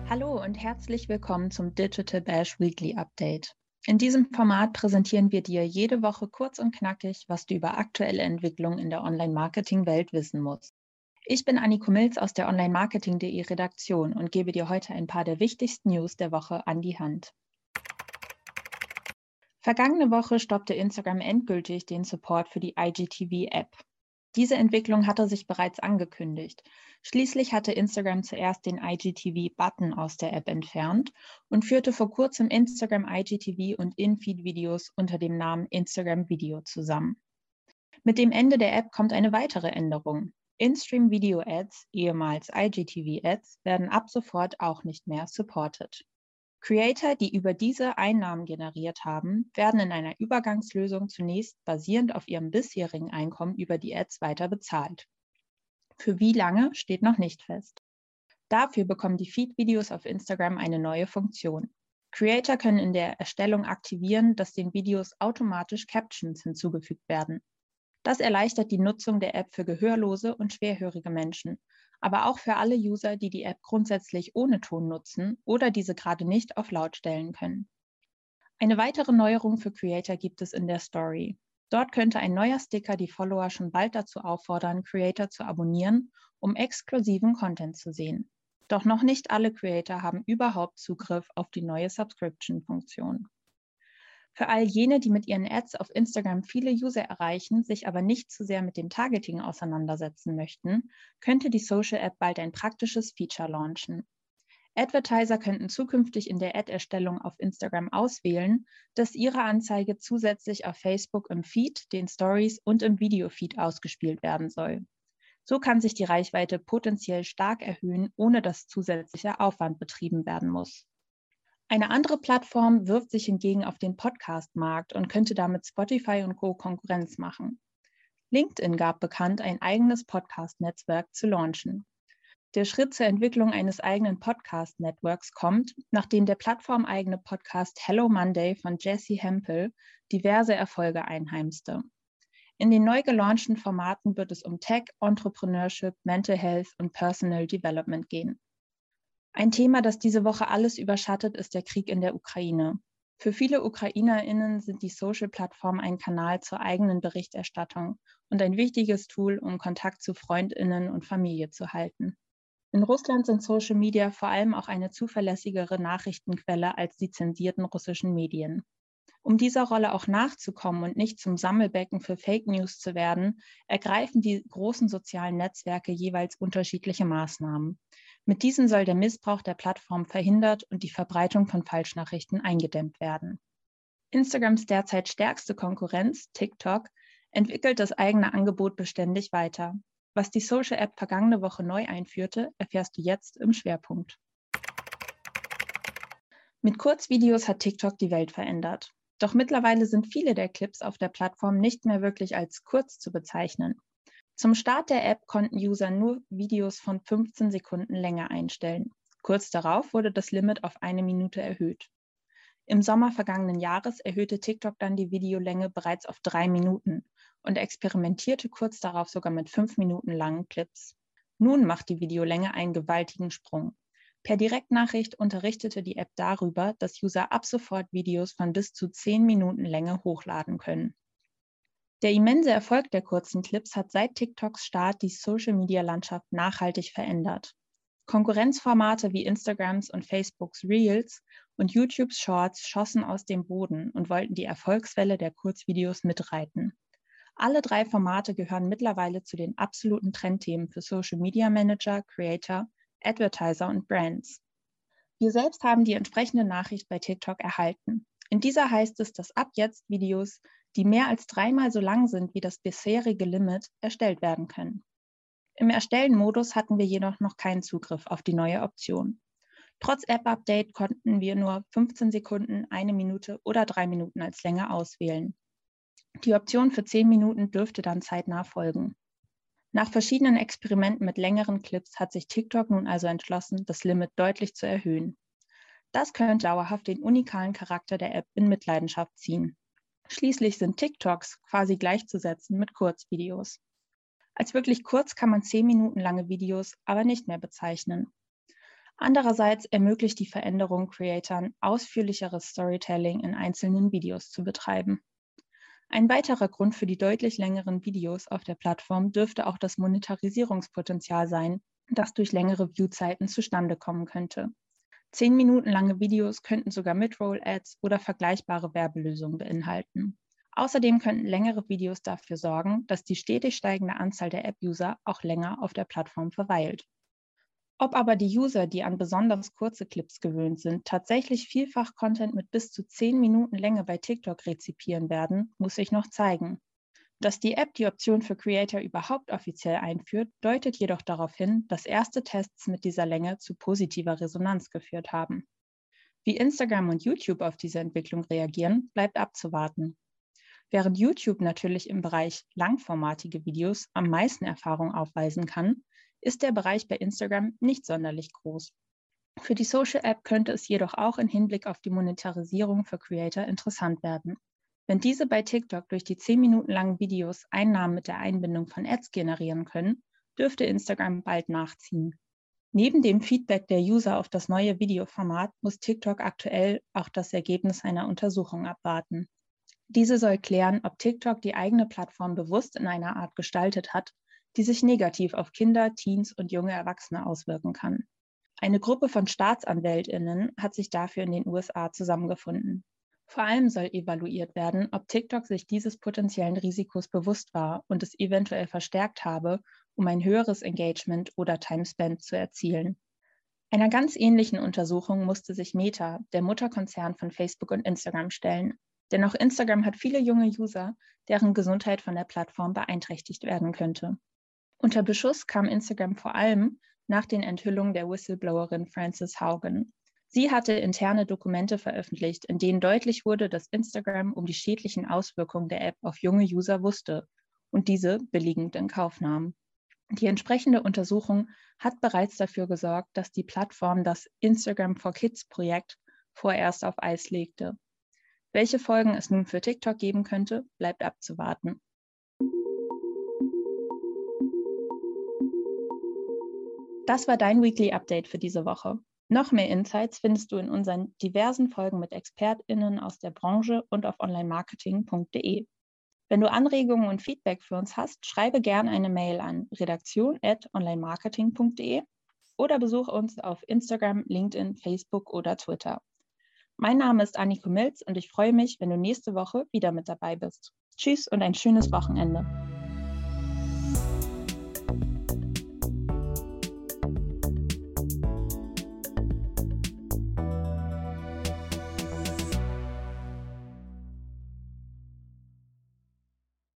Hallo und herzlich willkommen zum Digital Bash Weekly Update. In diesem Format präsentieren wir dir jede Woche kurz und knackig, was du über aktuelle Entwicklungen in der Online-Marketing-Welt wissen musst. Ich bin Anniko Milz aus der Online-Marketing.de Redaktion und gebe dir heute ein paar der wichtigsten News der Woche an die Hand. Vergangene Woche stoppte Instagram endgültig den Support für die IGTV-App. Diese Entwicklung hatte sich bereits angekündigt. Schließlich hatte Instagram zuerst den IGTV-Button aus der App entfernt und führte vor kurzem Instagram IGTV und In-Feed-Videos unter dem Namen Instagram Video zusammen. Mit dem Ende der App kommt eine weitere Änderung. In-Stream-Video-Ads, ehemals IGTV-Ads, werden ab sofort auch nicht mehr supported. Creator, die über diese Einnahmen generiert haben, werden in einer Übergangslösung zunächst basierend auf ihrem bisherigen Einkommen über die Ads weiter bezahlt. Für wie lange steht noch nicht fest. Dafür bekommen die Feed-Videos auf Instagram eine neue Funktion. Creator können in der Erstellung aktivieren, dass den Videos automatisch Captions hinzugefügt werden. Das erleichtert die Nutzung der App für gehörlose und schwerhörige Menschen, aber auch für alle User, die die App grundsätzlich ohne Ton nutzen oder diese gerade nicht auf laut stellen können. Eine weitere Neuerung für Creator gibt es in der Story. Dort könnte ein neuer Sticker die Follower schon bald dazu auffordern, Creator zu abonnieren, um exklusiven Content zu sehen. Doch noch nicht alle Creator haben überhaupt Zugriff auf die neue Subscription-Funktion. Für all jene, die mit ihren Ads auf Instagram viele User erreichen, sich aber nicht zu sehr mit dem Targeting auseinandersetzen möchten, könnte die Social App bald ein praktisches Feature launchen. Advertiser könnten zukünftig in der Ad-Erstellung auf Instagram auswählen, dass ihre Anzeige zusätzlich auf Facebook im Feed, den Stories und im Video-Feed ausgespielt werden soll. So kann sich die Reichweite potenziell stark erhöhen, ohne dass zusätzlicher Aufwand betrieben werden muss. Eine andere Plattform wirft sich hingegen auf den Podcast-Markt und könnte damit Spotify und Co. Konkurrenz machen. LinkedIn gab bekannt, ein eigenes Podcast-Netzwerk zu launchen. Der Schritt zur Entwicklung eines eigenen Podcast-Networks kommt, nachdem der plattformeigene Podcast Hello Monday von Jesse Hempel diverse Erfolge einheimste. In den neu gelaunchten Formaten wird es um Tech, Entrepreneurship, Mental Health und Personal Development gehen. Ein Thema, das diese Woche alles überschattet, ist der Krieg in der Ukraine. Für viele UkrainerInnen sind die Social-Plattformen ein Kanal zur eigenen Berichterstattung und ein wichtiges Tool, um Kontakt zu FreundInnen und Familie zu halten. In Russland sind Social Media vor allem auch eine zuverlässigere Nachrichtenquelle als die zensierten russischen Medien. Um dieser Rolle auch nachzukommen und nicht zum Sammelbecken für Fake News zu werden, ergreifen die großen sozialen Netzwerke jeweils unterschiedliche Maßnahmen. Mit diesen soll der Missbrauch der Plattform verhindert und die Verbreitung von Falschnachrichten eingedämmt werden. Instagrams derzeit stärkste Konkurrenz, TikTok, entwickelt das eigene Angebot beständig weiter. Was die Social App vergangene Woche neu einführte, erfährst du jetzt im Schwerpunkt. Mit Kurzvideos hat TikTok die Welt verändert. Doch mittlerweile sind viele der Clips auf der Plattform nicht mehr wirklich als kurz zu bezeichnen. Zum Start der App konnten User nur Videos von 15 Sekunden Länge einstellen. Kurz darauf wurde das Limit auf 1 Minute erhöht. Im Sommer vergangenen Jahres erhöhte TikTok dann die Videolänge bereits auf 3 Minuten und experimentierte kurz darauf sogar mit 5 Minuten langen Clips. Nun macht die Videolänge einen gewaltigen Sprung. Per Direktnachricht unterrichtete die App darüber, dass User ab sofort Videos von bis zu 10 Minuten Länge hochladen können. Der immense Erfolg der kurzen Clips hat seit TikToks Start die Social-Media-Landschaft nachhaltig verändert. Konkurrenzformate wie Instagrams und Facebooks Reels und YouTubes Shorts schossen aus dem Boden und wollten die Erfolgswelle der Kurzvideos mitreiten. Alle 3 Formate gehören mittlerweile zu den absoluten Trendthemen für Social Media Manager, Creator, Advertiser und Brands. Wir selbst haben die entsprechende Nachricht bei TikTok erhalten. In dieser heißt es, dass ab jetzt Videos, die mehr als 3-mal so lang sind wie das bisherige Limit, erstellt werden können. Im Erstellen-Modus hatten wir jedoch noch keinen Zugriff auf die neue Option. Trotz App-Update konnten wir nur 15 Sekunden, 1 Minute oder 3 Minuten als Länge auswählen. Die Option für 10 Minuten dürfte dann zeitnah folgen. Nach verschiedenen Experimenten mit längeren Clips hat sich TikTok nun also entschlossen, das Limit deutlich zu erhöhen. Das könnte dauerhaft den unikalen Charakter der App in Mitleidenschaft ziehen. Schließlich sind TikToks quasi gleichzusetzen mit Kurzvideos. Als wirklich kurz kann man 10 Minuten lange Videos aber nicht mehr bezeichnen. Andererseits ermöglicht die Veränderung Creatoren, ausführlicheres Storytelling in einzelnen Videos zu betreiben. Ein weiterer Grund für die deutlich längeren Videos auf der Plattform dürfte auch das Monetarisierungspotenzial sein, das durch längere Viewzeiten zustande kommen könnte. 10 Minuten lange Videos könnten sogar Mid-Roll-Ads oder vergleichbare Werbelösungen beinhalten. Außerdem könnten längere Videos dafür sorgen, dass die stetig steigende Anzahl der App-User auch länger auf der Plattform verweilt. Ob aber die User, die an besonders kurze Clips gewöhnt sind, tatsächlich vielfach Content mit bis zu 10 Minuten Länge bei TikTok rezipieren werden, muss sich noch zeigen. Dass die App die Option für Creator überhaupt offiziell einführt, deutet jedoch darauf hin, dass erste Tests mit dieser Länge zu positiver Resonanz geführt haben. Wie Instagram und YouTube auf diese Entwicklung reagieren, bleibt abzuwarten. Während YouTube natürlich im Bereich langformatige Videos am meisten Erfahrung aufweisen kann, ist der Bereich bei Instagram nicht sonderlich groß. Für die Social App könnte es jedoch auch im Hinblick auf die Monetarisierung für Creator interessant werden. Wenn diese bei TikTok durch die 10 Minuten langen Videos Einnahmen mit der Einbindung von Ads generieren können, dürfte Instagram bald nachziehen. Neben dem Feedback der User auf das neue Videoformat muss TikTok aktuell auch das Ergebnis einer Untersuchung abwarten. Diese soll klären, ob TikTok die eigene Plattform bewusst in einer Art gestaltet hat, die sich negativ auf Kinder, Teens und junge Erwachsene auswirken kann. Eine Gruppe von StaatsanwältInnen hat sich dafür in den USA zusammengefunden. Vor allem soll evaluiert werden, ob TikTok sich dieses potenziellen Risikos bewusst war und es eventuell verstärkt habe, um ein höheres Engagement oder Time Spent zu erzielen. Einer ganz ähnlichen Untersuchung musste sich Meta, der Mutterkonzern von Facebook und Instagram, stellen. Denn auch Instagram hat viele junge User, deren Gesundheit von der Plattform beeinträchtigt werden könnte. Unter Beschuss kam Instagram vor allem nach den Enthüllungen der Whistleblowerin Frances Haugen. Sie hatte interne Dokumente veröffentlicht, in denen deutlich wurde, dass Instagram um die schädlichen Auswirkungen der App auf junge User wusste und diese billigend in Kauf nahm. Die entsprechende Untersuchung hat bereits dafür gesorgt, dass die Plattform das Instagram for Kids Projekt vorerst auf Eis legte. Welche Folgen es nun für TikTok geben könnte, bleibt abzuwarten. Das war dein Weekly Update für diese Woche. Noch mehr Insights findest du in unseren diversen Folgen mit ExpertInnen aus der Branche und auf onlinemarketing.de. Wenn du Anregungen und Feedback für uns hast, schreibe gerne eine Mail an redaktion@onlinemarketing.de oder besuche uns auf Instagram, LinkedIn, Facebook oder Twitter. Mein Name ist Anniko Milz und ich freue mich, wenn du nächste Woche wieder mit dabei bist. Tschüss und ein schönes Wochenende.